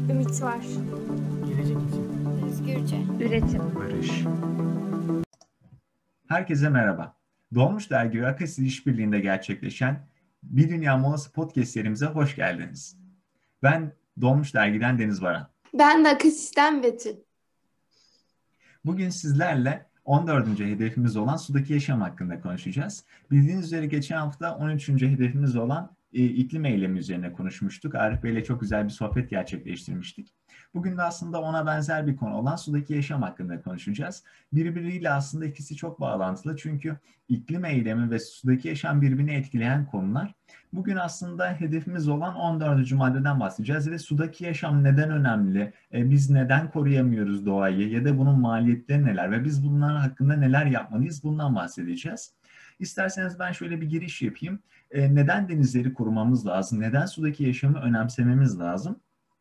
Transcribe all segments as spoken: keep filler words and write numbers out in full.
Ümit var. Gelecek için. Özgürce. Üretim. Barış. Herkese merhaba. Doğmuş Dergi ve Akasya İşbirliği'nde gerçekleşen Bir Dünya Molası podcast serimize hoş geldiniz. Ben Doğmuş Dergi'den Deniz Baran. Ben de Akasis'ten Betül. Bugün sizlerle on dördüncü hedefimiz olan sudaki yaşam hakkında konuşacağız. Bildiğiniz üzere geçen hafta on üçüncü hedefimiz olan e, iklim eylemi üzerine konuşmuştuk. Arif Bey ile çok güzel bir sohbet gerçekleştirmiştik. Bugün de aslında ona benzer bir konu olan sudaki yaşam hakkında konuşacağız. Birbiriyle aslında ikisi çok bağlantılı çünkü iklim eylemi ve sudaki yaşam birbirini etkileyen konular. Bugün aslında hedefimiz olan on dördüncü maddeden bahsedeceğiz ve sudaki yaşam neden önemli, e, biz neden koruyamıyoruz doğayı ya da bunun maliyetleri neler ve biz bunlar hakkında neler yapmalıyız bundan bahsedeceğiz. İsterseniz ben şöyle bir giriş yapayım. E, neden denizleri korumamız lazım, neden sudaki yaşamı önemsememiz lazım?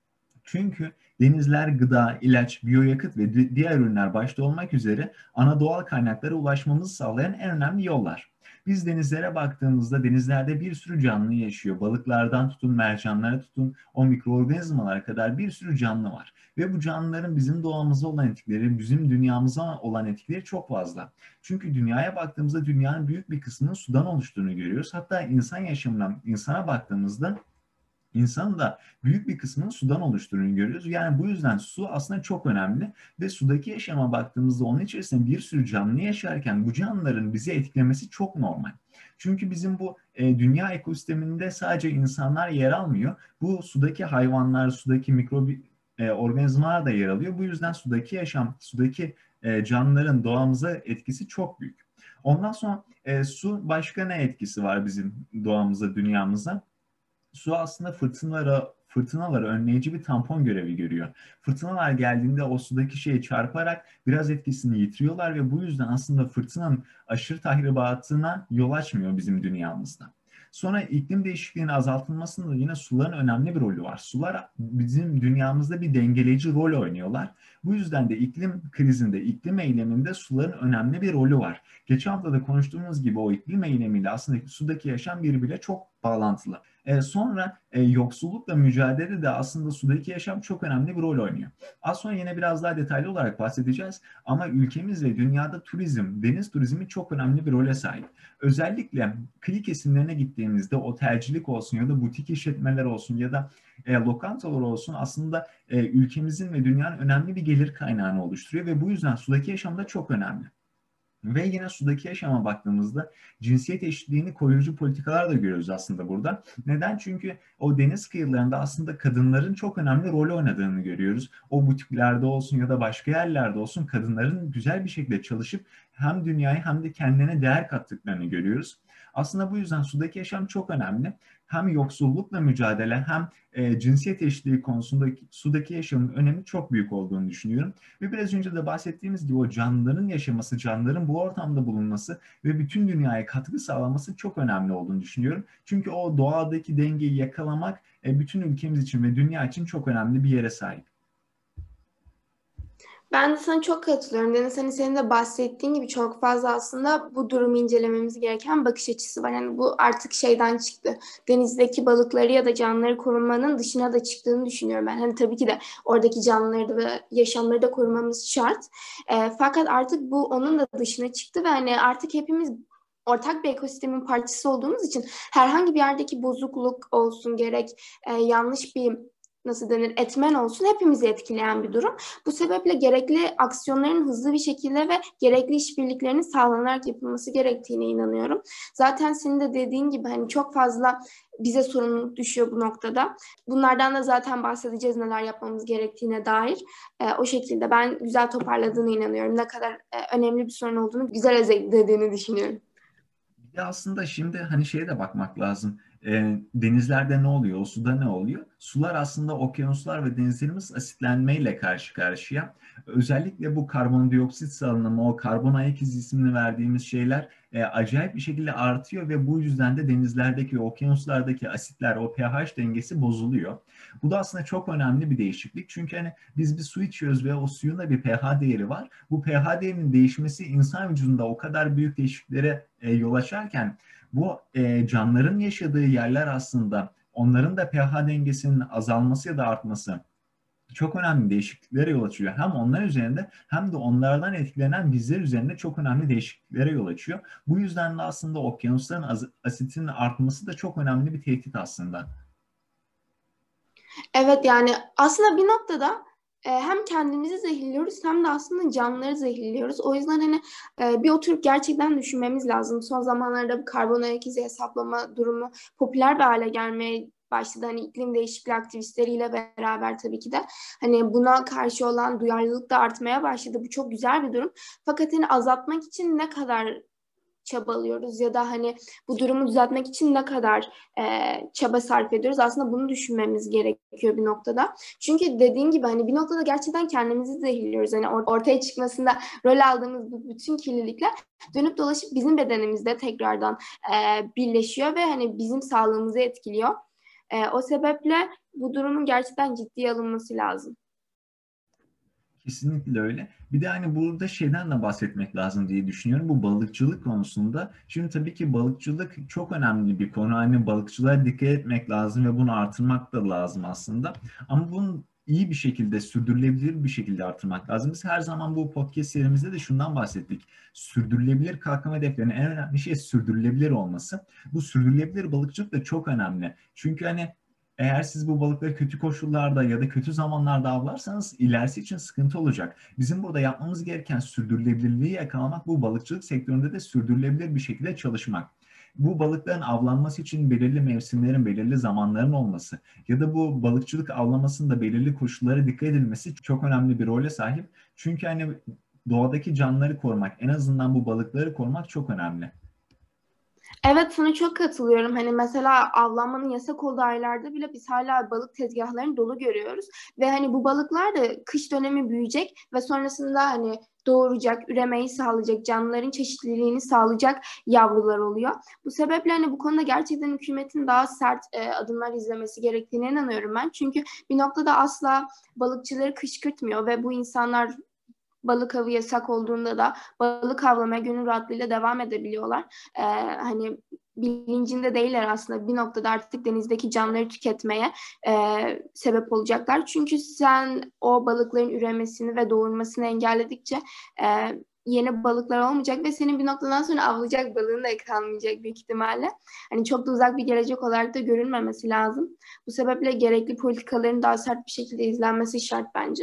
Çünkü denizler gıda, ilaç, biyoyakıt ve diğer ürünler başta olmak üzere ana doğal kaynaklara ulaşmamızı sağlayan en önemli yollar. Biz denizlere baktığımızda denizlerde bir sürü canlı yaşıyor. Balıklardan tutun, mercanlara tutun, o mikroorganizmalara kadar bir sürü canlı var. Ve bu canlıların bizim doğamıza olan etkileri, bizim dünyamıza olan etkileri çok fazla. Çünkü dünyaya baktığımızda dünyanın büyük bir kısmının sudan oluştuğunu görüyoruz. Hatta insan yaşamından, insana baktığımızda İnsanın da büyük bir kısmının sudan oluştuğunu görüyoruz. Yani bu yüzden su aslında çok önemli ve sudaki yaşama baktığımızda onun içerisinde bir sürü canlı yaşarken bu canlıların bizi etkilemesi çok normal. Çünkü bizim bu e, dünya ekosisteminde sadece insanlar yer almıyor. Bu sudaki hayvanlar, sudaki mikro e, organizmalar da yer alıyor. Bu yüzden sudaki yaşam, sudaki e, canlıların doğamıza etkisi çok büyük. Ondan sonra e, su başka ne etkisi var bizim doğamıza, dünyamıza? Su aslında fırtınalara, fırtınaları önleyici bir tampon görevi görüyor. Fırtınalar geldiğinde o sudaki şeye çarparak biraz etkisini yitiriyorlar ve bu yüzden aslında fırtınanın aşırı tahribatına yol açmıyor bizim dünyamızda. Sonra iklim değişikliğinin azaltılmasında yine suların önemli bir rolü var. Sular bizim dünyamızda bir dengeleyici rol oynuyorlar. Bu yüzden de iklim krizinde, iklim eyleminde suların önemli bir rolü var. Geçen hafta da konuştuğumuz gibi o iklim eylemiyle aslında sudaki yaşam birbiriyle çok bağlantılı. E, sonra e, yoksullukla mücadele de aslında sudaki yaşam çok önemli bir rol oynuyor. Az sonra yine biraz daha detaylı olarak bahsedeceğiz ama ülkemiz ve dünyada turizm, deniz turizmi çok önemli bir role sahip. Özellikle kıyı kesimlerine gittiğimizde otelcilik olsun ya da butik işletmeler olsun ya da e, lokantalar olsun aslında e, ülkemizin ve dünyanın önemli bir gelir kaynağını oluşturuyor ve bu yüzden sudaki yaşam da çok önemli. Ve yine sudaki yaşama baktığımızda cinsiyet eşitliğini koruyucu politikalar da görüyoruz aslında burada. Neden? Çünkü o deniz kıyılarında aslında kadınların çok önemli rol oynadığını görüyoruz. O butiklerde olsun ya da başka yerlerde olsun kadınların güzel bir şekilde çalışıp hem dünyaya hem de kendilerine değer kattıklarını görüyoruz. Aslında bu yüzden sudaki yaşam çok önemli. Hem yoksullukla mücadele hem e, cinsiyet eşitliği konusundaki sudaki yaşamın önemi çok büyük olduğunu düşünüyorum. Ve biraz önce de bahsettiğimiz gibi o canlıların yaşaması, canlıların bu ortamda bulunması ve bütün dünyaya katkı sağlaması çok önemli olduğunu düşünüyorum. Çünkü o doğadaki dengeyi yakalamak e, bütün ülkemiz için ve dünya için çok önemli bir yere sahip. Ben de sana çok katılıyorum. Deniz, hani senin de bahsettiğin gibi çok fazla aslında bu durumu incelememiz gereken bakış açısı var. Yani bu artık şeyden çıktı. Denizdeki balıkları ya da canlıları korumanın dışına da çıktığını düşünüyorum ben. Hani tabii ki de oradaki canlıları da ve yaşamları da korumamız şart. E, fakat artık bu onun da dışına çıktı ve hani artık hepimiz ortak bir ekosistemin parçası olduğumuz için herhangi bir yerdeki bozukluk olsun gerek e, yanlış bir nasıl denir etmen olsun hepimizi etkileyen bir durum. Bu sebeple gerekli aksiyonların hızlı bir şekilde ve gerekli işbirliklerinin sağlanarak yapılması gerektiğine inanıyorum. Zaten senin de dediğin gibi hani çok fazla bize sorumluluk düşüyor bu noktada. Bunlardan da zaten bahsedeceğiz neler yapmamız gerektiğine dair. Ee, o şekilde ben güzel toparladığına inanıyorum. Ne kadar e, önemli bir sorun olduğunu güzel özetlediğini düşünüyorum. Ya aslında şimdi hani şeye de bakmak lazım. E, denizlerde ne oluyor? O suda ne oluyor? Sular aslında okyanuslar ve denizlerimiz asitlenmeyle karşı karşıya. Özellikle bu karbondioksit salınımı, o karbon ayak izi ismini verdiğimiz şeyler e, acayip bir şekilde artıyor ve bu yüzden de denizlerdeki, okyanuslardaki asitler, o pH dengesi bozuluyor. Bu da aslında çok önemli bir değişiklik. Çünkü hani biz bir su içiyoruz ve o suyun da bir pH değeri var. Bu pH değerinin değişmesi insan vücudunda o kadar büyük değişikliklere e, yol açarken bu e, canlıların yaşadığı yerler aslında onların da pH dengesinin azalması ya da artması çok önemli değişikliklere yol açıyor. Hem onlar üzerinde hem de onlardan etkilenen bizler üzerinde çok önemli değişikliklere yol açıyor. Bu yüzden de aslında okyanusların asitinin artması da çok önemli bir tehdit aslında. Evet, yani aslında bir noktada e, hem kendimizi zehirliyoruz hem de aslında canlıları zehirliyoruz. O yüzden hani e, bir oturup gerçekten düşünmemiz lazım. Son zamanlarda bu karbon ayak izi hesaplama durumu popüler bir hale gelmeye başladı. Hani iklim değişikliği aktivistleriyle beraber tabii ki de hani buna karşı olan duyarlılık da artmaya başladı. Bu çok güzel bir durum. Fakat hani azaltmak için ne kadar çabalıyoruz ya da hani bu durumu düzeltmek için ne kadar e, çaba sarf ediyoruz? Aslında bunu düşünmemiz gerekiyor bir noktada. Çünkü dediğin gibi hani bir noktada gerçekten kendimizi zehirliyoruz. Hani ortaya çıkmasında rol aldığımız bu bütün kirlilikler dönüp dolaşıp bizim bedenimizde tekrardan e, birleşiyor ve hani bizim sağlığımızı etkiliyor. E, o sebeple bu durumun gerçekten ciddiye alınması lazım. Kesinlikle öyle. Bir de hani burada şeyden de bahsetmek lazım diye düşünüyorum. Bu balıkçılık konusunda. Şimdi tabii ki balıkçılık çok önemli bir konu. Hani balıkçılığa dikkat etmek lazım ve bunu artırmak da lazım aslında. Ama bunun iyi bir şekilde, sürdürülebilir bir şekilde artırmak lazım. Biz her zaman bu podcast serimizde de şundan bahsettik. Sürdürülebilir kalkınma hedeflerinin en önemli şey sürdürülebilir olması. Bu sürdürülebilir balıkçılık da çok önemli. Çünkü hani eğer siz bu balıkları kötü koşullarda ya da kötü zamanlarda avlarsanız ilerisi için sıkıntı olacak. Bizim burada yapmamız gereken sürdürülebilirliği yakalamak, bu balıkçılık sektöründe de sürdürülebilir bir şekilde çalışmak. Bu balıkların avlanması için belirli mevsimlerin, belirli zamanların olması ya da bu balıkçılık avlamasında belirli koşullara dikkat edilmesi çok önemli bir role sahip. Çünkü hani doğadaki canlıları korumak, en azından bu balıkları korumak çok önemli. Evet, sana çok katılıyorum. Hani mesela avlanmanın yasak olduğu aylarda bile biz hala balık tezgahlarını dolu görüyoruz. Ve hani bu balıklar da kış dönemi büyüyecek ve sonrasında hani doğuracak, üremeyi sağlayacak, canlıların çeşitliliğini sağlayacak yavrular oluyor. Bu sebeple hani bu konuda gerçekten hükümetin daha sert e, adımlar izlemesi gerektiğine inanıyorum ben. Çünkü bir noktada asla balıkçıları kışkırtmıyor ve bu insanlar balık avı yasak olduğunda da balık avlamaya gönül rahatlığıyla devam edebiliyorlar. Ee, hani bilincinde değiller aslında, bir noktada artık denizdeki canlıları tüketmeye e, sebep olacaklar. Çünkü sen o balıkların üremesini ve doğurmasını engelledikçe e, yeni balıklar olmayacak ve senin bir noktadan sonra avlayacak balığın da kalmayacak büyük ihtimalle. Hani çok da uzak bir gelecek olarak da görülmemesi lazım. Bu sebeple gerekli politikaların daha sert bir şekilde izlenmesi şart bence.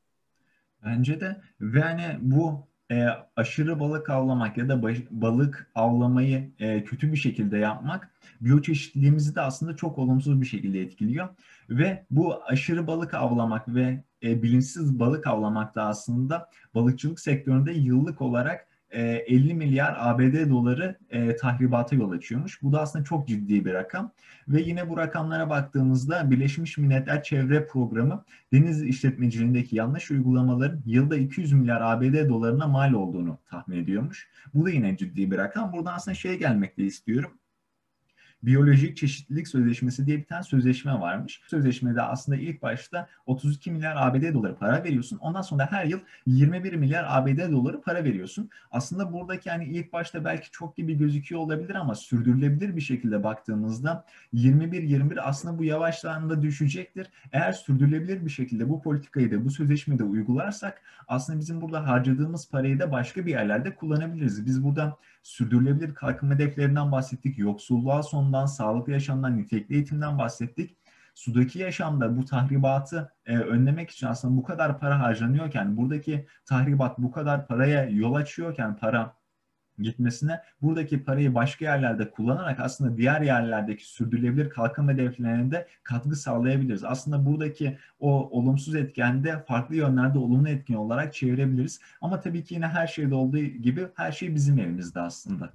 Bence de ve hani bu e, aşırı balık avlamak ya da baş- balık avlamayı e, kötü bir şekilde yapmak biyoçeşitliliğimizi de aslında çok olumsuz bir şekilde etkiliyor. Ve bu aşırı balık avlamak ve e, bilinçsiz balık avlamak da aslında balıkçılık sektöründe yıllık olarak e, elli milyar A B D doları e, tahribata yol açıyormuş. Bu da aslında çok ciddi bir rakam. Ve yine bu rakamlara baktığımızda Birleşmiş Milletler Çevre Programı deniz işletmeciliğindeki yanlış uygulamaların yılda iki yüz milyar A B D dolarına mal olduğunu tahmin ediyormuş. Bu da yine ciddi bir rakam. Buradan aslında şeye gelmek de istiyorum. Biyolojik Çeşitlilik Sözleşmesi diye bir tane sözleşme varmış. Sözleşmede aslında ilk başta otuz iki milyar A B D doları para veriyorsun. Ondan sonra her yıl yirmi bir milyar A B D doları para veriyorsun. Aslında buradaki hani ilk başta belki çok gibi gözüküyor olabilir ama sürdürülebilir bir şekilde baktığımızda yirmi bir yirmi bir aslında bu yavaşlığında düşecektir. Eğer sürdürülebilir bir şekilde bu politikayı da bu sözleşmeyi de uygularsak aslında bizim burada harcadığımız parayı da başka bir yerlerde kullanabiliriz. Biz burada sürdürülebilir kalkınma hedeflerinden bahsettik. Yoksulluğa sondan, sağlıklı yaşamdan, nitelikli eğitimden bahsettik. Sudaki yaşamda bu tahribatı e, önlemek için aslında bu kadar para harcanıyorken, buradaki tahribat bu kadar paraya yol açıyorken, para gitmesine buradaki parayı başka yerlerde kullanarak aslında diğer yerlerdeki sürdürülebilir kalkınma hedeflerine de katkı sağlayabiliriz. Aslında buradaki o olumsuz etkeni de farklı yönlerde olumlu etkin olarak çevirebiliriz. Ama tabii ki yine her şeyde olduğu gibi her şey bizim elimizde aslında.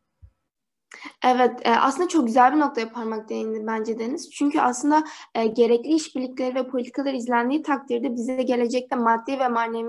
Evet, e, aslında çok güzel bir noktaya parmak değindi bence Deniz. Çünkü aslında e, gerekli işbirlikleri ve politikalar izlendiği takdirde bize gelecekte maddi ve manevi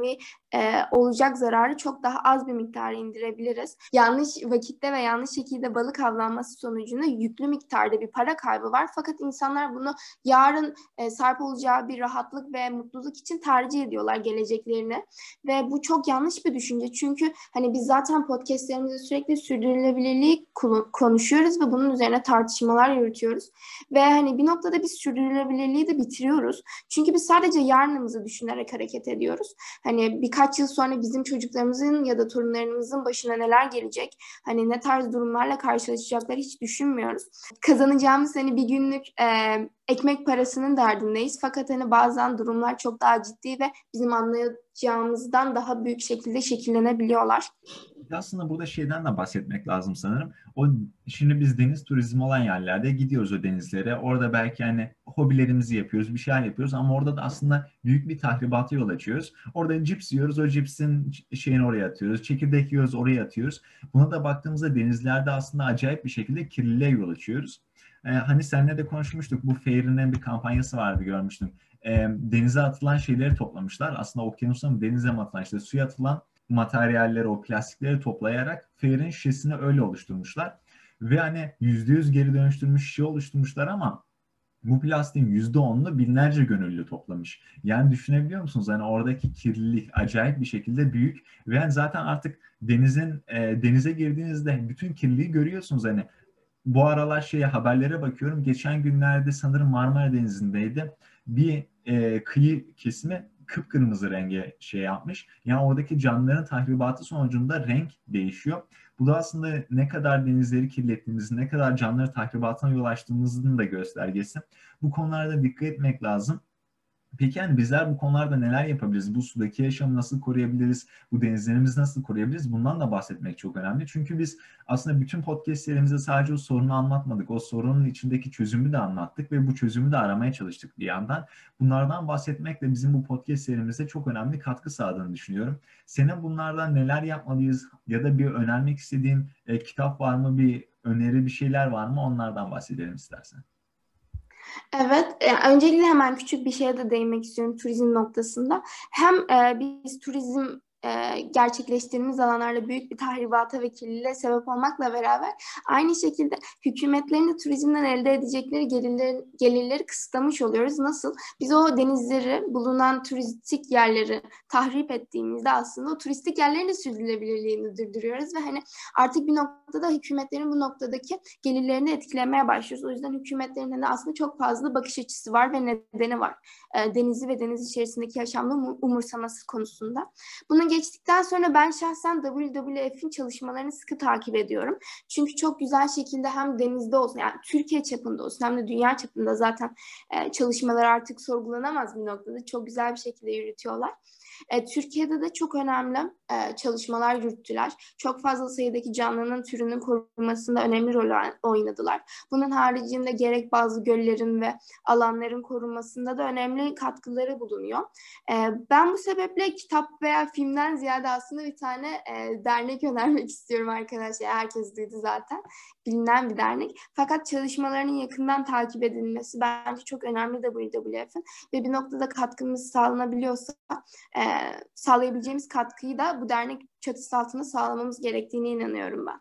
e, olacak zararı çok daha az bir miktara indirebiliriz. Yanlış vakitte ve yanlış şekilde balık avlanması sonucunda yüklü miktarda bir para kaybı var. Fakat insanlar bunu yarın e, sahip olacağı bir rahatlık ve mutluluk için tercih ediyorlar geleceklerini. Ve bu çok yanlış bir düşünce. Çünkü hani biz zaten podcastlerimizde sürekli sürdürülebilirliği konuşuyoruz ve bunun üzerine tartışmalar yürütüyoruz. Ve hani bir noktada biz sürdürülebilirliği de bitiriyoruz. Çünkü biz sadece yarınımızı düşünerek hareket ediyoruz. Hani birkaç yıl sonra bizim çocuklarımızın ya da torunlarımızın başına neler gelecek, hani ne tarz durumlarla karşılaşacakları hiç düşünmüyoruz. Kazanacağımız hani bir günlük e, ekmek parasının derdindeyiz. Fakat hani bazen durumlar çok daha ciddi ve bizim anlayacağımızdan daha büyük şekilde şekillenebiliyorlar. Aslında burada şeyden de bahsetmek lazım sanırım. O şimdi biz deniz turizmi olan yerlerde gidiyoruz o denizlere. Orada belki hani hobilerimizi yapıyoruz, bir şeyler yapıyoruz ama orada da aslında büyük bir tahribata yol açıyoruz. Orada cips yiyoruz, o cipsin şeyini oraya atıyoruz. Çekirdek yiyoruz, oraya atıyoruz. Buna da baktığımızda denizlerde aslında acayip bir şekilde kirliliğe yol açıyoruz. Ee, hani seninle de konuşmuştuk. Bu Fair'in bir kampanyası vardı, görmüştüm. Ee, denize atılan şeyleri toplamışlar. Aslında okyanusa mı denize mi atılan, işte suya atılan materyalleri, o plastikleri toplayarak Fair'in şişesini öyle oluşturmuşlar. Ve hani yüzde yüz geri dönüştürmüş şişe oluşturmuşlar ama bu plastiğin yüzde onunu binlerce gönüllü toplamış. Yani düşünebiliyor musunuz? Hani oradaki kirlilik acayip bir şekilde büyük ve yani zaten artık denizin e, denize girdiğinizde bütün kirliliği görüyorsunuz. Hani bu aralar şeye haberlere bakıyorum. Geçen günlerde sanırım Marmara Denizi'ndeydi. Bir e, kıyı kesimi kıpkırmızı renge şey yapmış. Yani oradaki canlıların tahribatı sonucunda renk değişiyor. Bu da aslında ne kadar denizleri kirlettiğimizi, ne kadar canlıları tahribatına yol açtığımızın da göstergesi. Bu konularda dikkat etmek lazım. Peki yani bizler bu konularda neler yapabiliriz? Bu sudaki yaşamı nasıl koruyabiliriz? Bu denizlerimizi nasıl koruyabiliriz? Bundan da bahsetmek çok önemli. Çünkü biz aslında bütün podcastlerimizde sadece o sorunu anlatmadık. O sorunun içindeki çözümü de anlattık ve bu çözümü de aramaya çalıştık bir yandan. Bunlardan bahsetmek de bizim bu podcast serimize çok önemli katkı sağladığını düşünüyorum. Senin bunlardan neler yapmalıyız ya da bir önermek istediğin e, kitap var mı, bir öneri, bir şeyler var mı? Onlardan bahsedelim istersen. Evet, e, öncelikle hemen küçük bir şeye de değinmek istiyorum turizm noktasında. Hem e, biz turizm e, gerçekleştirdiğimiz alanlarda büyük bir tahribata ve kirliliğe sebep olmakla beraber aynı şekilde hükümetlerin de turizmden elde edecekleri gelirleri, gelirleri kısıtlamış oluyoruz. Nasıl? Biz o denizleri, bulunan turistik yerleri tahrip ettiğimizde aslında o turistik yerlerin de sürdürülebilirliğini durduruyoruz ve hani artık bir noktada hükümetlerin bu noktadaki gelirlerini etkilemeye başlıyoruz. O yüzden hükümetlerin de aslında çok fazla bakış açısı var ve nedeni var. E, denizi ve deniz içerisindeki yaşamda umursaması konusunda. Bunu geçtikten sonra ben şahsen W W F'in çalışmalarını sıkı takip ediyorum. Çünkü çok güzel şekilde hem denizde olsun, yani Türkiye çapında olsun hem de dünya çapında zaten e, çalışmalar artık sorgulanamaz bir noktada. Çok güzel bir şekilde yürütüyorlar. E, Türkiye'de de çok önemli e, çalışmalar yürüttüler. Çok fazla sayıdaki canlının türünün korunmasında önemli rol oynadılar. Bunun haricinde gerek bazı göllerin ve alanların korunmasında da önemli katkıları bulunuyor. E, ben bu sebeple kitap veya filmden ziyade aslında bir tane e, dernek önermek istiyorum arkadaşlar. Herkes duydu zaten. Bilinen bir dernek. Fakat çalışmalarının yakından takip edilmesi bence çok önemli W W F'in ve bir noktada katkımız sağlanabiliyorsa e, sağlayabileceğimiz katkıyı da bu dernek çatısı altında sağlamamız gerektiğine inanıyorum ben.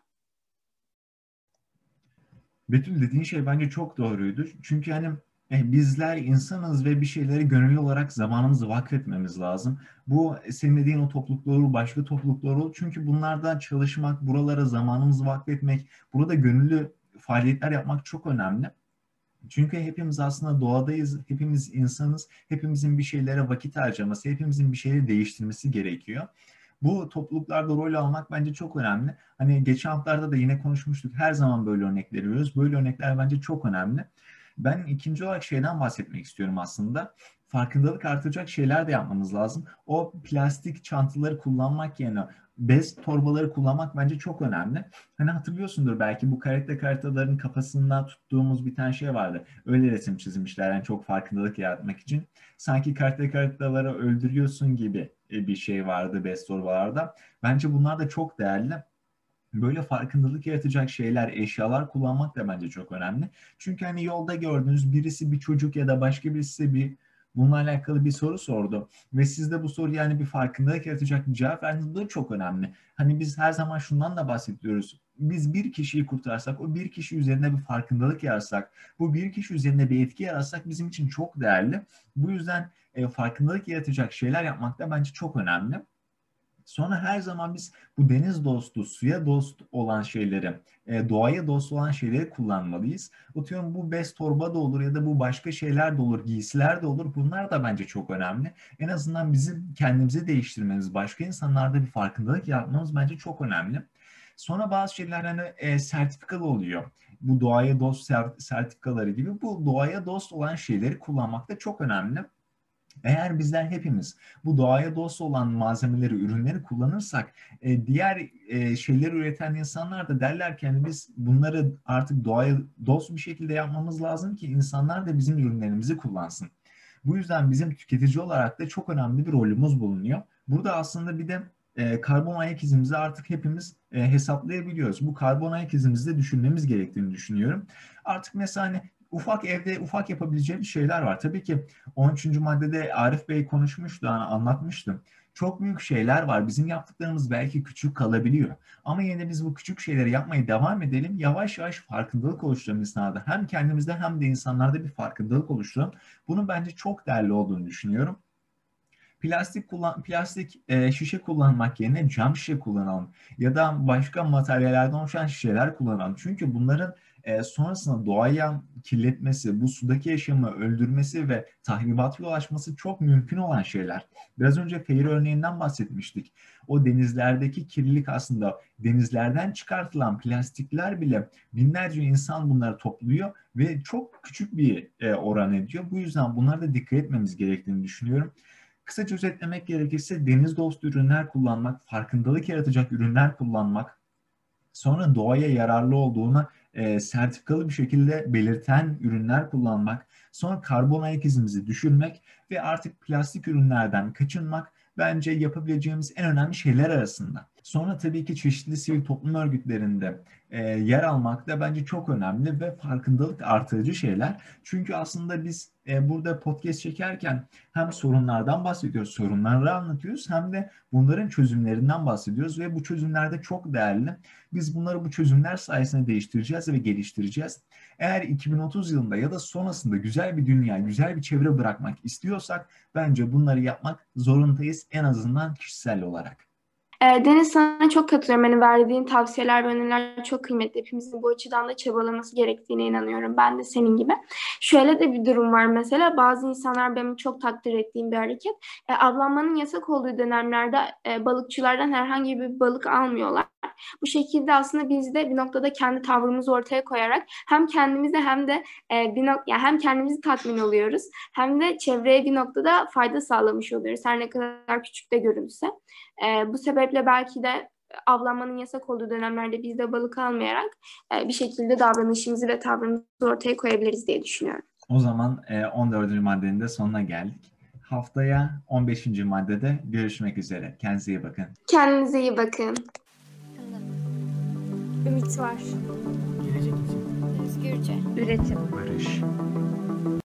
Betül, dediğin şey bence çok doğruydu. Çünkü hani e, bizler insanız ve bir şeyleri gönüllü olarak zamanımızı vakfetmemiz lazım. Bu senin dediğin o topluluklar olur, başka topluluklar olur. Çünkü bunlardan çalışmak, buralara zamanımızı vakfetmek, burada gönüllü faaliyetler yapmak çok önemli. Çünkü hepimiz aslında doğadayız, hepimiz insanız, hepimizin bir şeylere vakit harcaması, hepimizin bir şeyleri değiştirmesi gerekiyor. Bu topluluklarda rol almak bence çok önemli. Hani geçen haftalarda da yine konuşmuştuk. Her zaman böyle örnekler veriyoruz. Böyle örnekler bence çok önemli. Ben ikinci olarak şeyden bahsetmek istiyorum aslında. Farkındalık artıracak şeyler de yapmamız lazım. O plastik çantaları kullanmak yerine bez torbaları kullanmak bence çok önemli. Hani hatırlıyorsundur belki, bu karate karataların kafasından tuttuğumuz bir tane şey vardı. Öyle resim çizmişler yani çok farkındalık yaratmak için. Sanki karate karataları öldürüyorsun gibi bir şey vardı bez torbalarda. Bence bunlar da çok değerli. Böyle farkındalık yaratacak şeyler, eşyalar kullanmak da bence çok önemli. Çünkü hani yolda gördüğünüz birisi, bir çocuk ya da başka birisi bir bununla alakalı bir soru sordu. Ve siz de bu soru yani bir farkındalık yaratacak bir cevap verdiniz. Bu da çok önemli. Hani biz her zaman şundan da bahsediyoruz. Biz bir kişiyi kurtarsak, o bir kişi üzerinde bir farkındalık yaratsak, bu bir kişi üzerinde bir etki yaratsak bizim için çok değerli. Bu yüzden e, farkındalık yaratacak şeyler yapmak da bence çok önemli. Sonra her zaman biz bu deniz dostu, suya dost olan şeyleri, e, doğaya dost olan şeyleri kullanmalıyız. Atıyorum bu bez torba da olur ya da bu başka şeyler de olur, giysiler de olur. Bunlar da bence çok önemli. En azından bizim kendimizi değiştirmemiz, başka insanlarda bir farkındalık yaratmamız bence çok önemli. Sonra bazı şeyler hani e, sertifikalı oluyor. Bu doğaya dost sertifikaları gibi bu doğaya dost olan şeyleri kullanmak da çok önemli. Eğer bizler hepimiz bu doğaya dost olan malzemeleri, ürünleri kullanırsak e, diğer e, şeyleri üreten insanlar da derler ki yani biz bunları artık doğaya dost bir şekilde yapmamız lazım ki insanlar da bizim ürünlerimizi kullansın. Bu yüzden bizim tüketici olarak da çok önemli bir rolümüz bulunuyor. Burada aslında bir de e, karbon ayak izimizi artık hepimiz e, hesaplayabiliyoruz. Bu karbon ayak izimizi de düşünmemiz gerektiğini düşünüyorum. Artık mesela hani ufak evde ufak yapabileceğimiz şeyler var. Tabii ki on üçüncü maddede Arif Bey konuşmuştu, yani anlatmıştım. Çok büyük şeyler var. Bizim yaptıklarımız belki küçük kalabiliyor. Ama yine de biz bu küçük şeyleri yapmaya devam edelim. Yavaş yavaş farkındalık oluşturalım insanlarda. Hem kendimizde hem de insanlarda bir farkındalık oluşturalım. Bunun bence çok değerli olduğunu düşünüyorum. Plastik kullan plastik e, şişe kullanmak yerine cam şişe kullanalım ya da başka materyallerden oluşan şişeler kullanalım. Çünkü bunların e, sonrasında doğaya kirletmesi, bu sudaki yaşamı öldürmesi ve tahribata yol açması çok mümkün olan şeyler. Biraz önce Fehir örneğinden bahsetmiştik. O denizlerdeki kirlilik aslında denizlerden çıkartılan plastikler bile binlerce insan bunları topluyor ve çok küçük bir e, oran ediyor. Bu yüzden bunlara da dikkat etmemiz gerektiğini düşünüyorum. Kısaca özetlemek gerekirse deniz dostu ürünler kullanmak, farkındalık yaratacak ürünler kullanmak, sonra doğaya yararlı olduğuna e, sertifikalı bir şekilde belirten ürünler kullanmak, sonra karbon ayak izimizi düşürmek ve artık plastik ürünlerden kaçınmak bence yapabileceğimiz en önemli şeyler arasında. Sonra tabii ki çeşitli sivil toplum örgütlerinde e, yer almak da bence çok önemli ve farkındalık artırıcı şeyler. Çünkü aslında biz e, burada podcast çekerken hem sorunlardan bahsediyoruz, sorunları anlatıyoruz hem de bunların çözümlerinden bahsediyoruz ve bu çözümler de çok değerli. Biz bunları bu çözümler sayesinde değiştireceğiz ve geliştireceğiz. Eğer iki bin otuz yılında ya da sonrasında güzel bir dünya, güzel bir çevre bırakmak istiyorsak bence bunları yapmak zorundayız en azından kişisel olarak. E, Deniz, sana çok katılıyorum. Hani verdiğin tavsiyeler ve öneriler çok kıymetli. Hepimizin bu açıdan da çabalaması gerektiğine inanıyorum. Ben de senin gibi. Şöyle de bir durum var mesela. Bazı insanlar, benim çok takdir ettiğim bir hareket. E, avlanmanın yasak olduğu dönemlerde e, balıkçılardan herhangi bir balık almıyorlar. Bu şekilde aslında biz de bir noktada kendi tavrımızı ortaya koyarak hem kendimize hem de e, bir nok- yani hem kendimizi tatmin oluyoruz hem de çevreye bir noktada fayda sağlamış oluyoruz. Her ne kadar küçük de görünse. E, bu sebeple belki de avlanmanın yasak olduğu dönemlerde biz de balık almayarak e, bir şekilde davranışımızı ve tavrımızı ortaya koyabiliriz diye düşünüyorum. O zaman e, on dördüncü maddenin de sonuna geldik. Haftaya on beşinci maddede görüşmek üzere. Kendinize iyi bakın. Kendinize iyi bakın. Ümit var. Gelecek için Özgürce. Üretim. barış.